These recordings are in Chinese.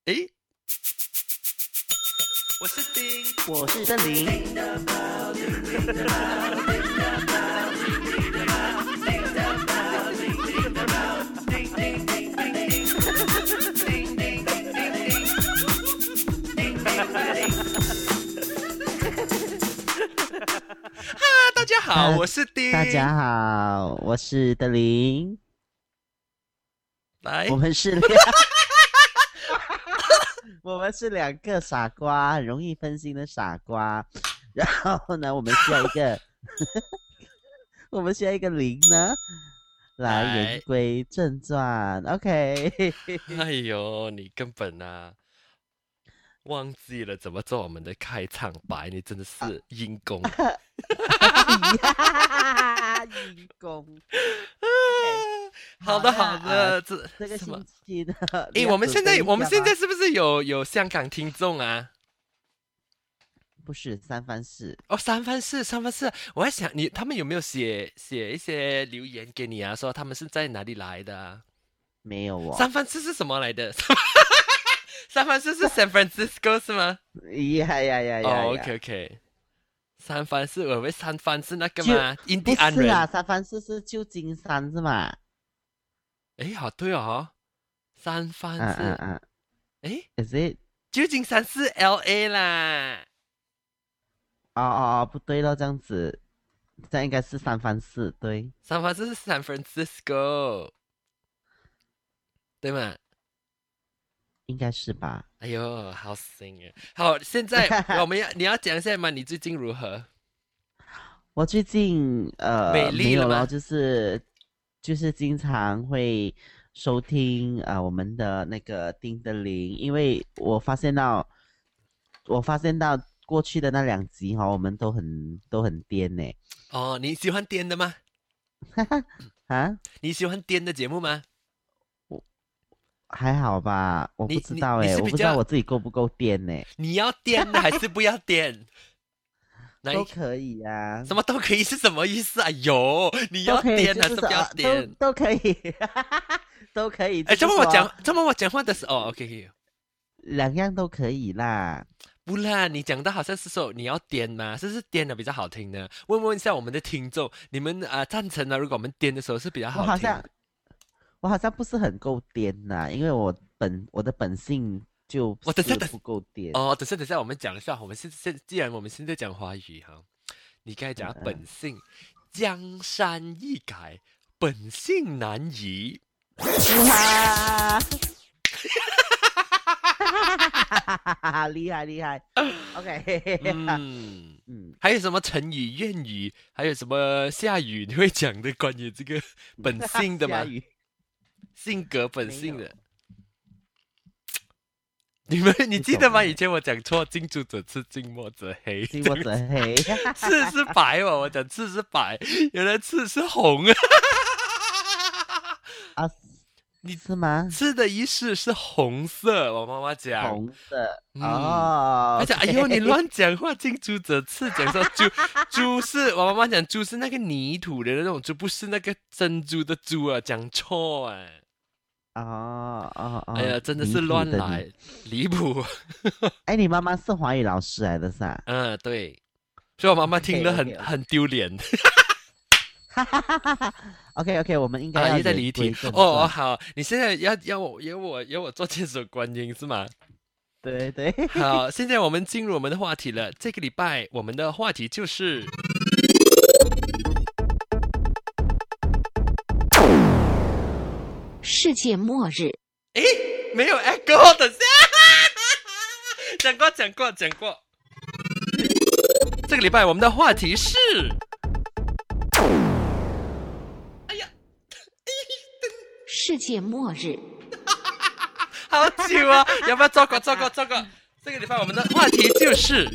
诶，我是丁， 我是森林。 大家好，我是丁。 大家好，我是德林。 来， 我们是我们是两个傻瓜，很容易分心的傻瓜。然后呢，我们需要一个，我们需要一个零呢，来言归正传。OK。 哎呦，你根本忘记了怎么做我们的开场白，你真的是阴公。 阴公。 好的， 这个星期的， 我们现在是不是有香港听众啊？ 不是三藩市哦，三藩市，我在想他们有没有写一些留言给你啊？说他们是在哪里来的啊？ 没有哦。 三藩市是什么来的？三藩市是 San Francisco 是吗？ 呀。 哦 ，OK。三藩市，我以为三藩是那个吗？印第安人。 不是啊，三藩市是旧金山是吗？ 哎，好对哦，三藩市。哎 ，Is it？ 旧金山是 LA 啦。 哦，不对了，这样子，这样应该是三藩市，对。 三藩市是 San Francisco， 对吗？ 应该是吧。 哎呦，好新啊！好，现在你要讲一下吗？你最近如何？ 我最近美丽了吗？ 没有咯，就是经常会收听我们的那个丁德林，因为我发现到过去的那2集我们都很颠呢。 哦，你喜欢颠的吗？ 啊？ 你喜欢颠的节目吗？ 还好吧，我不知道我不知道我自己够不够颠呢。 你要颠还是不要颠？ 都可以啊。 什么都可以是什么意思啊？你要颠还是不要颠？ 都可以，都可以。 这么我讲话的时候，OK， 两样都可以啦。 不啦，你讲的好像是说你要颠嘛，是听的比较好听呢。问一下我们的听众，你们赞成呢？如果我们颠的时候是比较好听。 我好像不是很够颠呐，因为我的本性就不够颠。 哦，等下，我们讲一下，既然我们现在讲华语哈，你刚才讲本性，江山易改，本性难移。 厉害。OK。 还有什么成语、谚语，还有什么下语你会讲的关于这个本性的吗？性格本性的，你记得吗？以前我讲错，近朱者赤，近墨者黑。 近墨者黑， 赤是白哦，我讲赤是白，原来赤是红啊！你是吗？ 赤的意思是红色，我妈妈讲红色哦。 她讲哎呦，你乱讲话，近朱者赤，讲说猪是我妈妈讲猪是那个泥土的那种猪，不是那个珍珠的珠啊，讲错啊。哎呀，真的是乱来，离谱。 哎，你妈妈是华语老师来的是吧？ 对，所以我妈妈听了很丢脸。 OK， 我们应该要在离题哦。好，你现在要我做千手观音是吗？ 对。 好，现在我们进入我们的话题了。这个礼拜我们的话题就是世界末日。 没有 echo， 等下讲过。这个礼拜我们的话题是，哎呀， 世界末日。 好久啊！要不要做过？这个礼拜我们的话题就是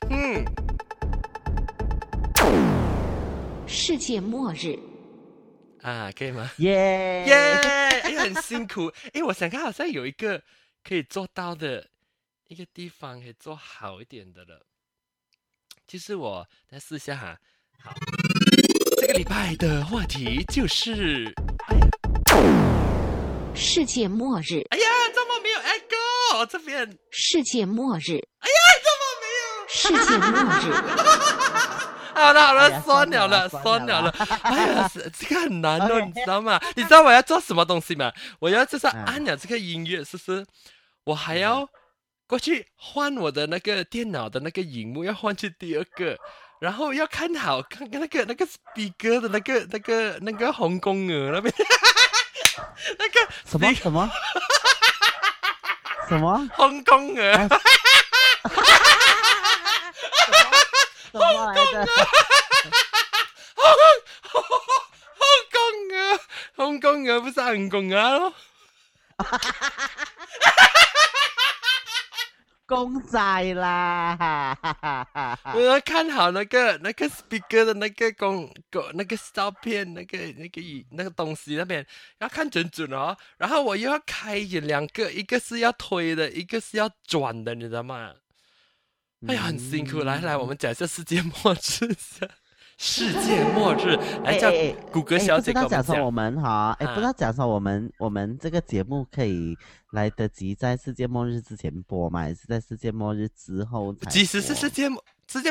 世界末日。 可以吗？ 耶！ 很辛苦。我想看好像有一个可以做到的一个地方，可以做好一点的了。就是我再试一下哈。好，这个礼拜的话题就是世界末日。 哎呀，怎么没有 echo？ 我这边。 世界末日， 哎呀，怎么没有？ 世界末日， 好了好了， 哎呀算了了， 算算了了了。哎呀，这个很难哦， OK 你知道吗？你知道我要做什么东西吗？我要就是嗯按了这个音乐，是不是？我还要过去换我的那个电脑的那个荧幕，要换去第二个，然后要看好看那个 speaker 的那个红公鹅那边，那个什么什么什么红公鹅。 哎什么来着？ 红公鹅不是红公鹅咯？ 公仔啦！ 我要看好那个 speaker 的那个那个照片，那个东西那边要看准准哦。然后我又要开两个，一个是要推的，一个是要转的，你知道吗？哎呀，很辛苦。来，我们讲一下世界末日。世界末日，来叫谷歌小姐跟我们讲。 不知道讲说我们哈，不知道讲说我们这个节目可以来得及在世界末日之前播吗？还是在世界末日之后才播？ 即使是世界末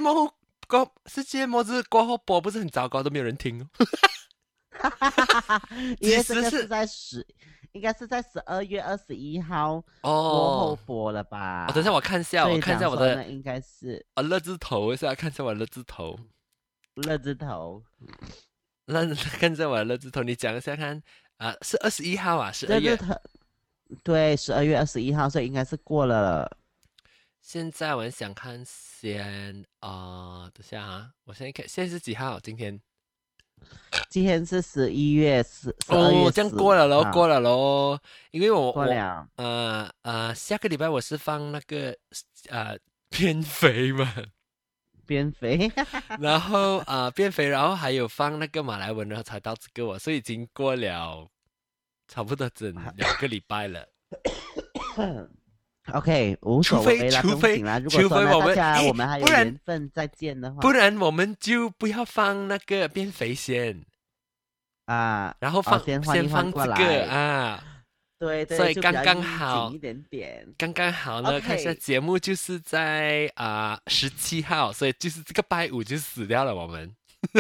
日过后播，不是很糟糕，都没有人听哦。 因为这个是应该是在12月21号过后播了吧？ 等一下我看一下，我的应该是乐字头一下，看一下我的乐字头。那看一下我的乐字头，你讲一下看是21号啊，12月。 对，12月21号，所以应该是过了。 现在我想看先等下啊，我现在看现在是几号？今天是11月12月这样过了咯，因为我过了下个礼拜我是放那个变肥嘛。 变肥， 然后变肥，然后还有放那个马来文，然后才到这个所以已经过了差不多整2个礼拜了。 OK， 无所谓啦， 除非如果说我们还有缘分再见的话， 不然我们就不要放那个变肥先然后先放这个对， 所以刚刚好一点点， 刚刚好呢。看一下节目就是在17号，所以就是这个拜五就死掉了我们。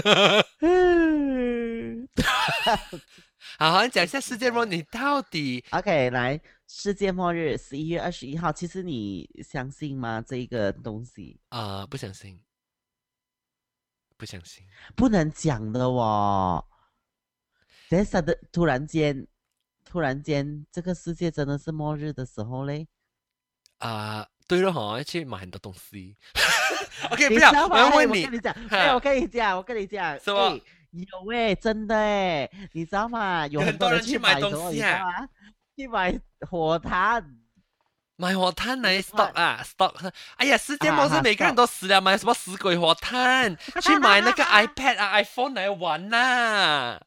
好，讲一下世界末日，你到底 OK 来世界末日11月21号，其实你相信吗？这个东西不相信， 不能讲的哦。等下的突然间，这个世界真的是末日的时候嘞。 对了要去买很多东西。OK， 不要，我要问你， 我跟你讲， 什么？ 有真的你知道吗？有很多人去买东西去买火炭。 买火炭来 stock。哎呀，世界末日每个人都死了，买什么死鬼火炭？去买那个 iPad iPhone 来玩啦。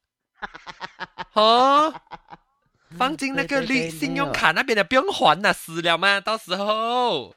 放进那个信用卡那边的不用还了，死了吗？到时候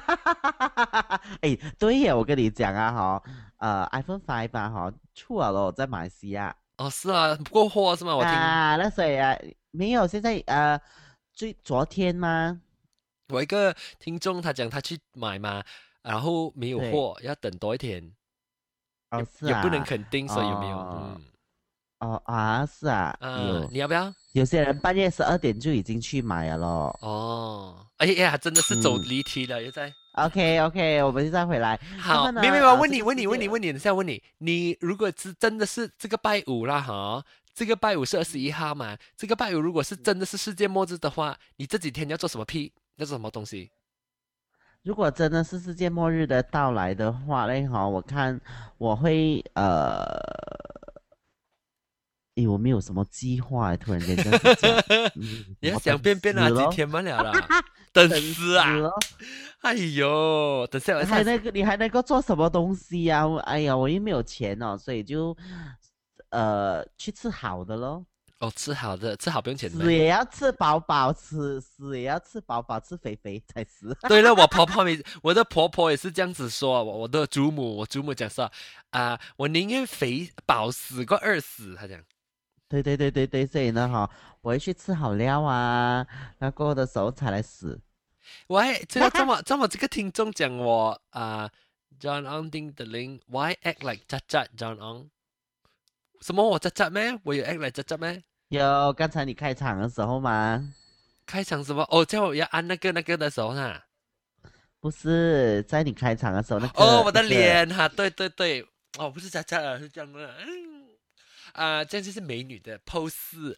对耶，我跟你讲iPhone 5出了咯，在马来西亚。 是啊，不过货是吗？我听那所以没有，现在昨天吗？ 我一个听众他讲他去买嘛，然后没有货，要等多一天。 是也不能肯定说有没有。 是啊， 你要不要？ 有些人半夜12点就已经去买了咯。 哎呀，真的是走离题了，又在。 OK， 我们再回来。 好，没有，问你，等下问你，你如果是真的是这个拜五啦这个拜五是21号嘛？这个拜五如果是真的是世界末日的话，你这几天要做什么要做什么东西？ 如果真的是世界末日的到来的话嘞我看我会我没有什么计划突然间这样子讲。 你要想变几天嘛了啦，等死啊！哎呦，等下你还能够做什么东西啊？哎呀，我又没有钱所以就去吃好的咯。 吃好的，吃好不用钱的。 死也要吃饱饱，死也要吃饱饱，吃肥肥才死。 对了，我的婆婆也是这样子说，我祖母讲说我宁愿肥饱死过饿死，她讲。 对，所以呢我会去吃好料然后过后的时候才来死。 喂，这么这个听众讲我John On 叮的铃 ，Why act like 渣渣 John On？ 什么我渣渣咩？我有 act like 渣渣咩？ 有，刚才你开场的时候吗？ 开场什么？哦，叫我要按那个的时候呢？ 不是，在你开场的时候那个。 哦，我的脸哈，对对对，哦，不是渣渣，是这样的。这样就是美女的 pose，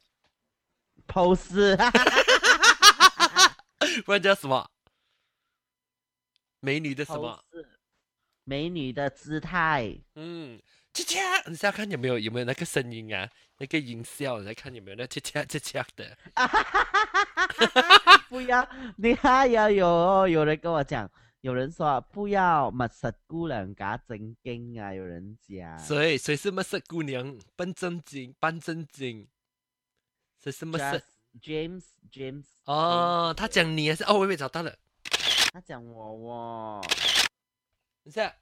不然叫什么？美女的什么？ 美女的姿态。 切切，你要看有没有那个声音啊，那个音效，你再看有没有那切切切切的。 不要，你还要有人跟我讲，有人说不要密实姑娘假正經啊，有人講。 谁是密实姑娘？扮正經。谁是密实 ？James。 哦，他讲你还是？哦，我也找到了。 他讲我。 等一下。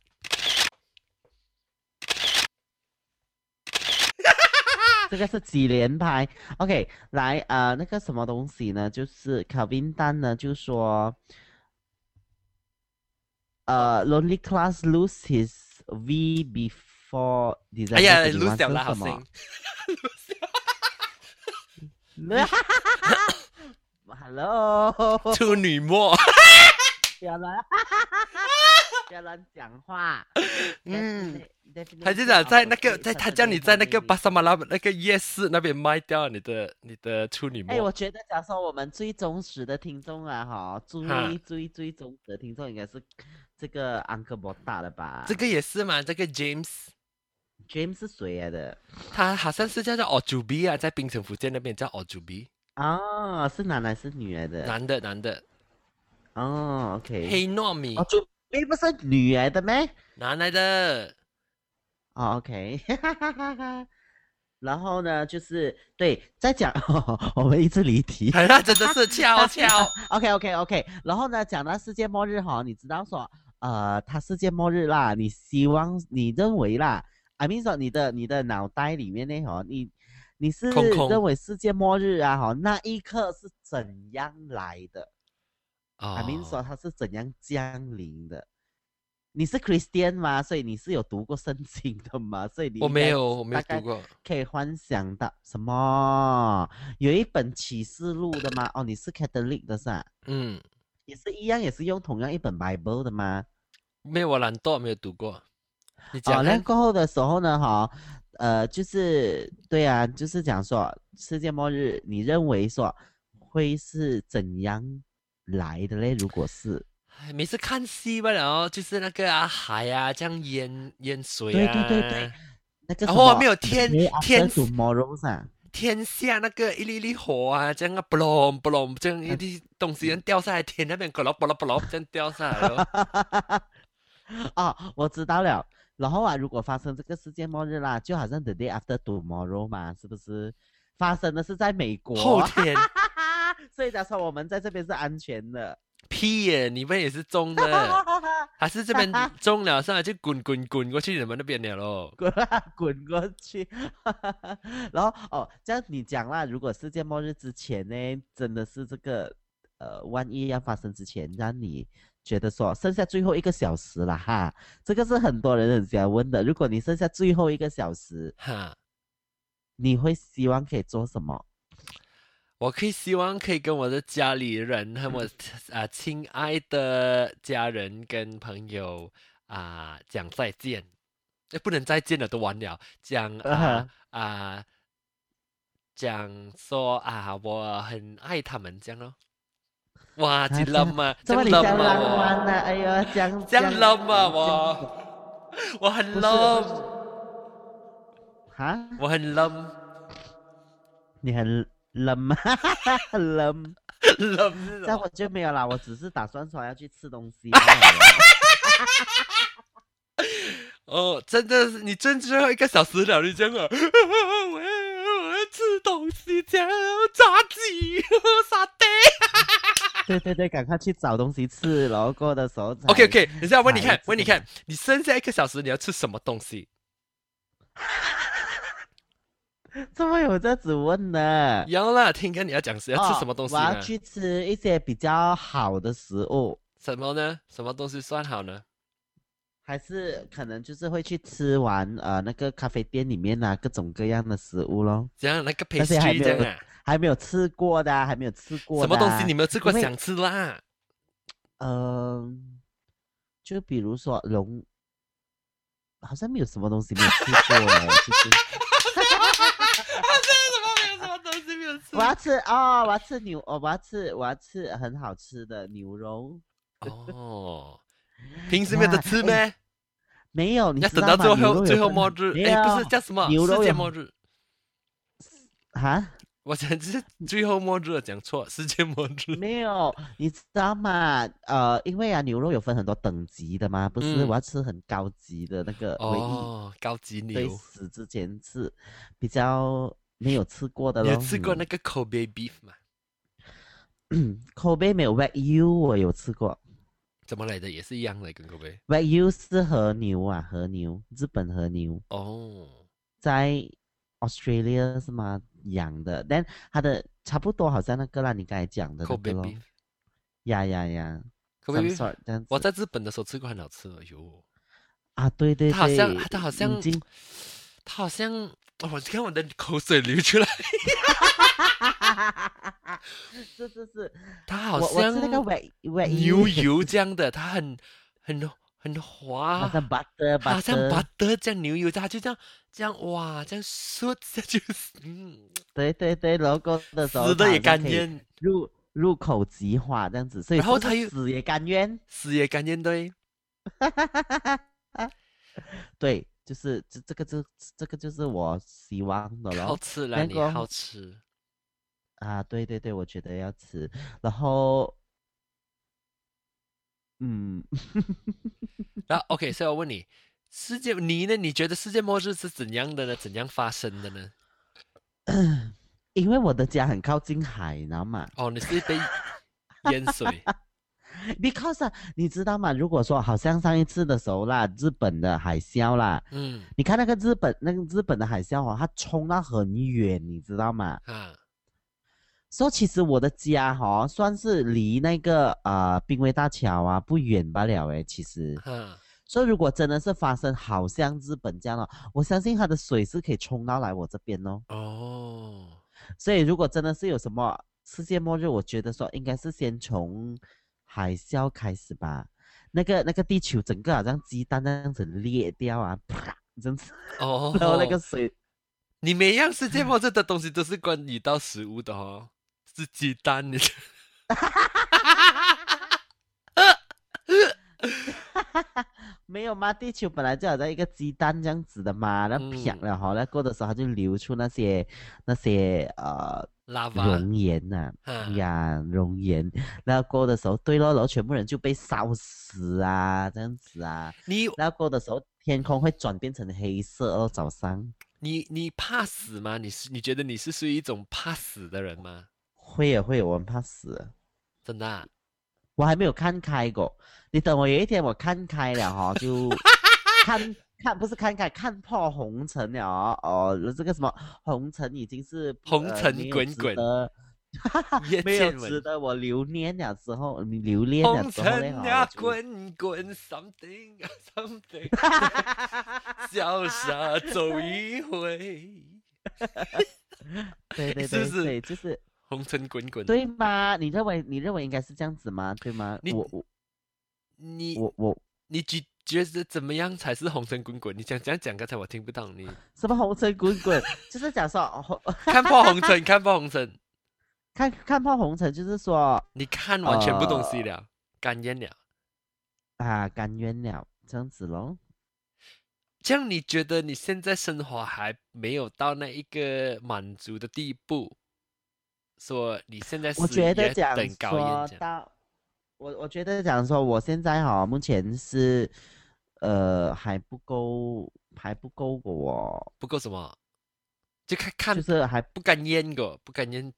这个是几连拍 ，OK， 来那个什么东西呢？就是 Calvin Tan 呢就说，Lonely Class lose his V before December 31。 哎呀，lose 掉了，好声。 Hello， 处女膜。 不要乱讲话。 还是讲在那个他叫你在那个巴沙马拉那个夜市那边卖掉你的处女膜。 我觉得假如说我们最忠实的听众啊，最忠实的听众应该是这个 Uncle Boda 了吧？ 这个也是嘛？这个 James 是谁来的？ 他好像是叫做 Ojubi 啊，在槟城福建那边叫 Ojubi。 哦，是男还是女来的？ 男的。 哦 ，OK。 黑糯米。 Ojubi 不是女来的咩？ 男来的。 哦 ，OK。然后呢，就是对，在讲我们一直离题。 那真的是悄悄。 OK。然后呢，讲到世界末日你知道说，它世界末日啦，你认为啦 ，I mean 说你的脑袋里面呢你是认为世界末日啊那一刻是怎样来的？I mean 说它是怎样降临的？你是 Christian 吗？所以你是有读过圣经的吗？所以你我没有读过。 可以幻想到什么？有一本启示录的吗？哦，你是 Catholic 的是吧？也是一样，也是用同样一本 Bible 的吗？ 没有，我懒惰，没有读过。你讲那过后的时候呢？就是对啊，就是讲说世界末日，你认为说会是怎样来的嘞？如果是。 每次看戏吧，然后就是那个海啊，这样淹水啊。对，那个然后没有天下那个一粒火啊，这样啊，不隆，这样一粒东西掉下来，天那边，不咯，这样掉下来了。 我知道了。然后如果发生这个世界末日啦，就好像 The Day After Tomorrow 嘛，是不是？发生的是在美国后天， 所以假说我们在这边是安全的。 屁耶！你们也是中的，还是这边中了，上来就滚过去你们那边了咯？ 滚过去。然后这样你讲啦，如果世界末日之前呢，真的是这个万一要发生之前，让你觉得说剩下最后1个小时了哈，这个是很多人很想问的。如果你剩下最后1个小时，你会希望可以做什么？ 我希望可以跟我的家里人和我亲爱的家人跟朋友讲再见，不能再见了，都完了。讲说我很爱他们这样咯。哇，这浪漫， 这么浪漫呢？哎呦，这样浪漫我很浪。我很浪。 你很冷吗？冷， 这样我就没有啦。我只是打算说要去吃东西。 真的是你最后1个小时了，你这样我要吃东西，这样炸鸡、沙爹。 对，赶快去找东西吃，然后过的时候。 OK， 等一下问你看，你剩下1个小时你要吃什么东西？ 怎么有这样子问呢？ 有啦，听跟你要讲是要吃什么东西我要呢？ 去吃一些比较好的食物， 什么呢？什么东西算好呢？ 还是可能就是会去吃完那个咖啡店里面各种各样的食物咯。 这样那个但是还 pastry 没有这样啊？ 还没有吃过的还没有吃过的什么东西你没有吃过因为想吃啦？ 就比如说好像没有什么东西没有吃过哎，其实什么没有什么东西没有吃？ 我要吃很好吃的牛肉。 哦，平时没有得吃咩？ 没有，你要知道吗？ 等到牛肉最后有分末日， 没有不是叫什么牛肉有世界末日？ 啊？ 我想只是最后末日讲错，世界末日。 没有，你知道吗？因为牛肉有分很多等级的嘛，不是？我要吃很高级的那个唯一， 哦，高级对， 牛。 死之前是比较没有吃过的咯。 你有吃过那个 Kobe beef 吗？ 口碑没有 Wagyu 我有吃过怎么来的？也是一样的，跟 Kobe。 ，Wagyu 是和牛啊，和牛，日本和牛， 哦， 在 Australia 是吗？养的，但它的差不多好像那个啦，你刚才讲的那 Kobe 个咯， beef。 呀 Kobe ，some beef， sort 这样我子在日本的时候吃过，很好吃哦。哟， 啊，对对它好像， 对， 它好像已经它好像，我看我的口水流出来。 是， 它好我像是那个 Wagyu 牛油这样的，它很滑， 好像 butter 它好像 butter， butter 这样牛油，它就这样哇，这样嗖下去， 对对对，然后过的时候死的也它好像可以甘愿， 入口即化这样子，所以不是然后它又死也甘愿。 死也甘愿，对。 对，就是这个就是我希望的好咯。 吃啦，你那个好吃。 对对对，我觉得要吃。然后，嗯， 然后 OK，所以我问你，你呢？你觉得世界末日是怎样的呢？怎样发生的呢？ 因为我的家很靠近海，你知道吗哦，你是被淹水。 ？Because 你知道吗？如果说好像上一次的时候啦，日本的海啸啦， 嗯你看那个日本的海啸它冲到很远，你知道吗？ 啊， 所以其实我的家算是离那个濒危大桥不远罢了诶，其实。所以如果真的是发生好像日本这样我相信它的水是可以冲到来我这边哦。 哦， 所以如果真的是有什么世界末日，我觉得说应该是先从海啸开始吧。那个地球整个好像鸡蛋那样子裂掉啪，这样子， 哦， 然后那个水， 你每样世界末日的东西都是关于到食物的哦，是鸡蛋。你没有吗？地球本来就好像一个鸡蛋这样子的嘛，那啪了那过的时候它就流出那些拉巴熔岩熔岩，然后过的时候，对咯，然后全部人就被烧死这样子然后过的时候天空会转变成黑色哦，早上。 你怕死吗？你觉得你是属于一种怕死的人吗？ 会我很怕死。 真的啊？ 我还没有看开过，你等我有一天我看开了就不是看开，看破红尘了这个什么红尘已经是红尘滚滚， 没有值得我留恋了之后，你留恋了之后红尘滚滚 something， 潇洒走一回。 对， 是不是对，就是红尘滚滚， 对吗？你认为应该是这样子吗？对吗？ 你觉得怎么样才是红尘滚滚？你讲，刚才我听不到你。 什么红尘滚滚？就是讲说看破红尘，看破红尘， 看破红尘，就是说你看完全部东西了，甘愿了甘愿了，这样子咯。 这样你觉得你现在生活还没有到那一个满足的地步？说你现在我觉得讲等高说到我觉得讲说我现在目前是还不够我不够什么？就看就是还不甘愿过，不甘愿。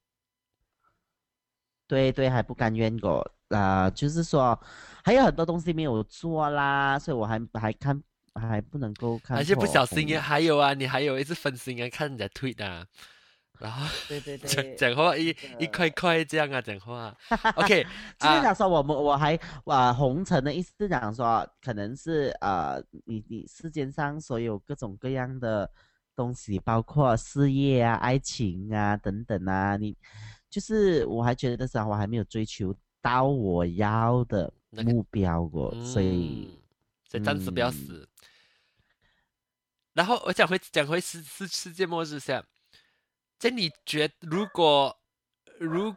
对，还不甘愿过就是说还有很多东西没有做啦，所以我还还不能够看而且不破小心红还有啊，你还有一直分心啊，看人家tweet啊，然后对对对， 讲话这一块个块这样啊，讲话。OK 就是啊， 讲说我还红尘的意思是讲说，可能是你世间上所有各种各样的东西，包括事业啊、爱情啊等等啊，你就是我还觉得是我还没有追求到我要的那个目标过，所以所以暂时不要死。然后我讲回世界末日下，这你觉得如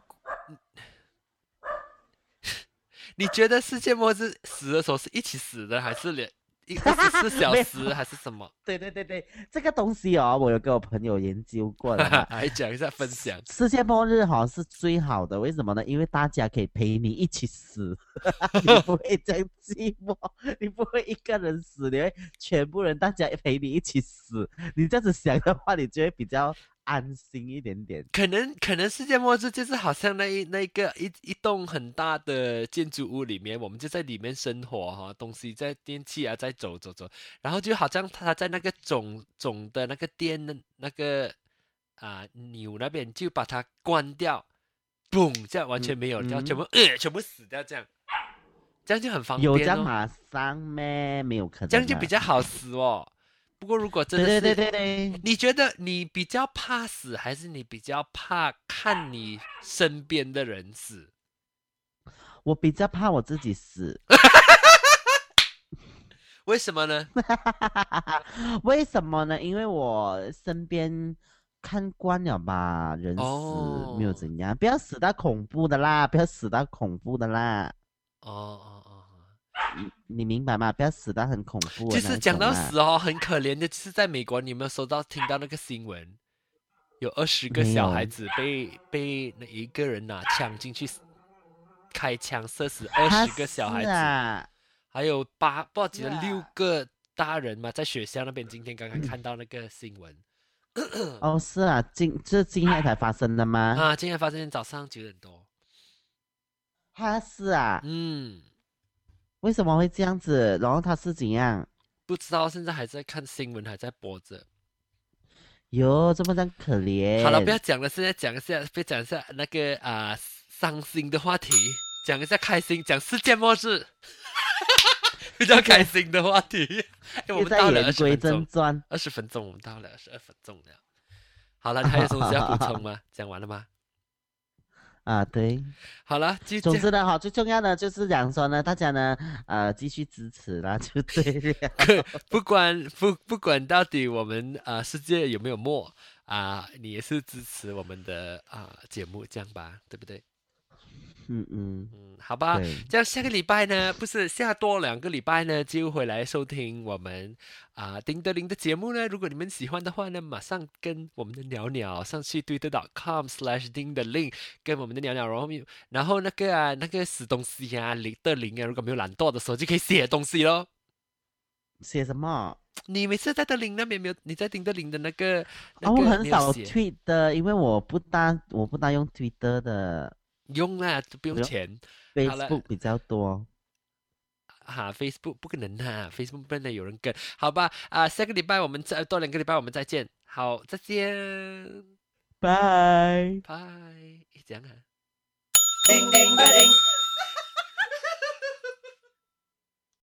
你觉得世界末日死的时候是一起死的，还是24小时，还是什么？ 对对对对，这个东西哦，我有跟我朋友研究过的哈。 来讲一下分享。 世界末日好像是最好的，为什么呢？因为大家可以陪你一起死，你不会这样寂寞，你不会一个人死，你会全部人大家陪你一起死。你这样子想的话，你就会比较安心一点点。 可能世界末日就是好像一栋很大的建筑物里面，我们就在里面生活哈，东西在电器啊在走，然后就好像他在那个总的那个电的那个钮那边就把它关掉，嘣，这样完全没有，然后全部死掉，这样就很方便哦。 有这样马上咩？没有可能。 这样就比较好死哦。不过如果真的是， 对， 你觉得你比较怕死，还是你比较怕看你身边的人死？ 我比较怕我自己死。 为什么呢？ 为什么呢？因为我身边看惯了吧，人死没有怎样，不要死到恐怖的啦，不要死到恐怖的啦。你明白吗？不要死到很恐怖的那种啦。 就是讲到死哦，很可怜的，就是在美国，你有没有听到那个新闻？有20个小孩子被那一个人拿枪进去开枪射死20个小孩子，还有不知道几个6个大人嘛，在学校那边。今天刚刚看到那个新闻。 哦，是啊，这今天才发生的吗？ 今天发生早上9点多。 是啊，为什么会这样子？然后他是怎样？ 不知道，现在还在看新闻，还在播着。 哟，这么这样可怜。 好了，不要讲了，现在讲一下那个伤心的话题，讲一下开心，讲世界末日，比较开心的话题。我们到了20分钟，20分钟，我们到了22分钟了。好了，你还有什么要补充吗？讲完了吗？ 对， 好了， 总之呢，哈，最重要的就是讲说呢，大家呢，继续支持啦，就对了。 不管到底我们世界有没有末你也是支持我们的节目，这样吧，对不对？好吧，这样下个礼拜呢，不是下多2个礼拜呢，就回来收听我们丁德林的节目呢。如果你们喜欢的话呢，马上跟我们的鸟鸟上去twitter.com/丁德林，跟我们的鸟鸟，然后那个死东西德林如果没有懒惰的时候，就可以写东西咯。 写什么？ 你每次在德林那边没有？你在丁德林的那个我很少 tweet 的，因为我不大用 Twitter 的。 用啦，都不用钱。 Facebook 比较多。 Facebook 不可能Facebook 不能有人跟，好吧？下个礼拜我们多2个礼拜我们再见。好，再见， 拜。 拜。这样叮叮吧叮。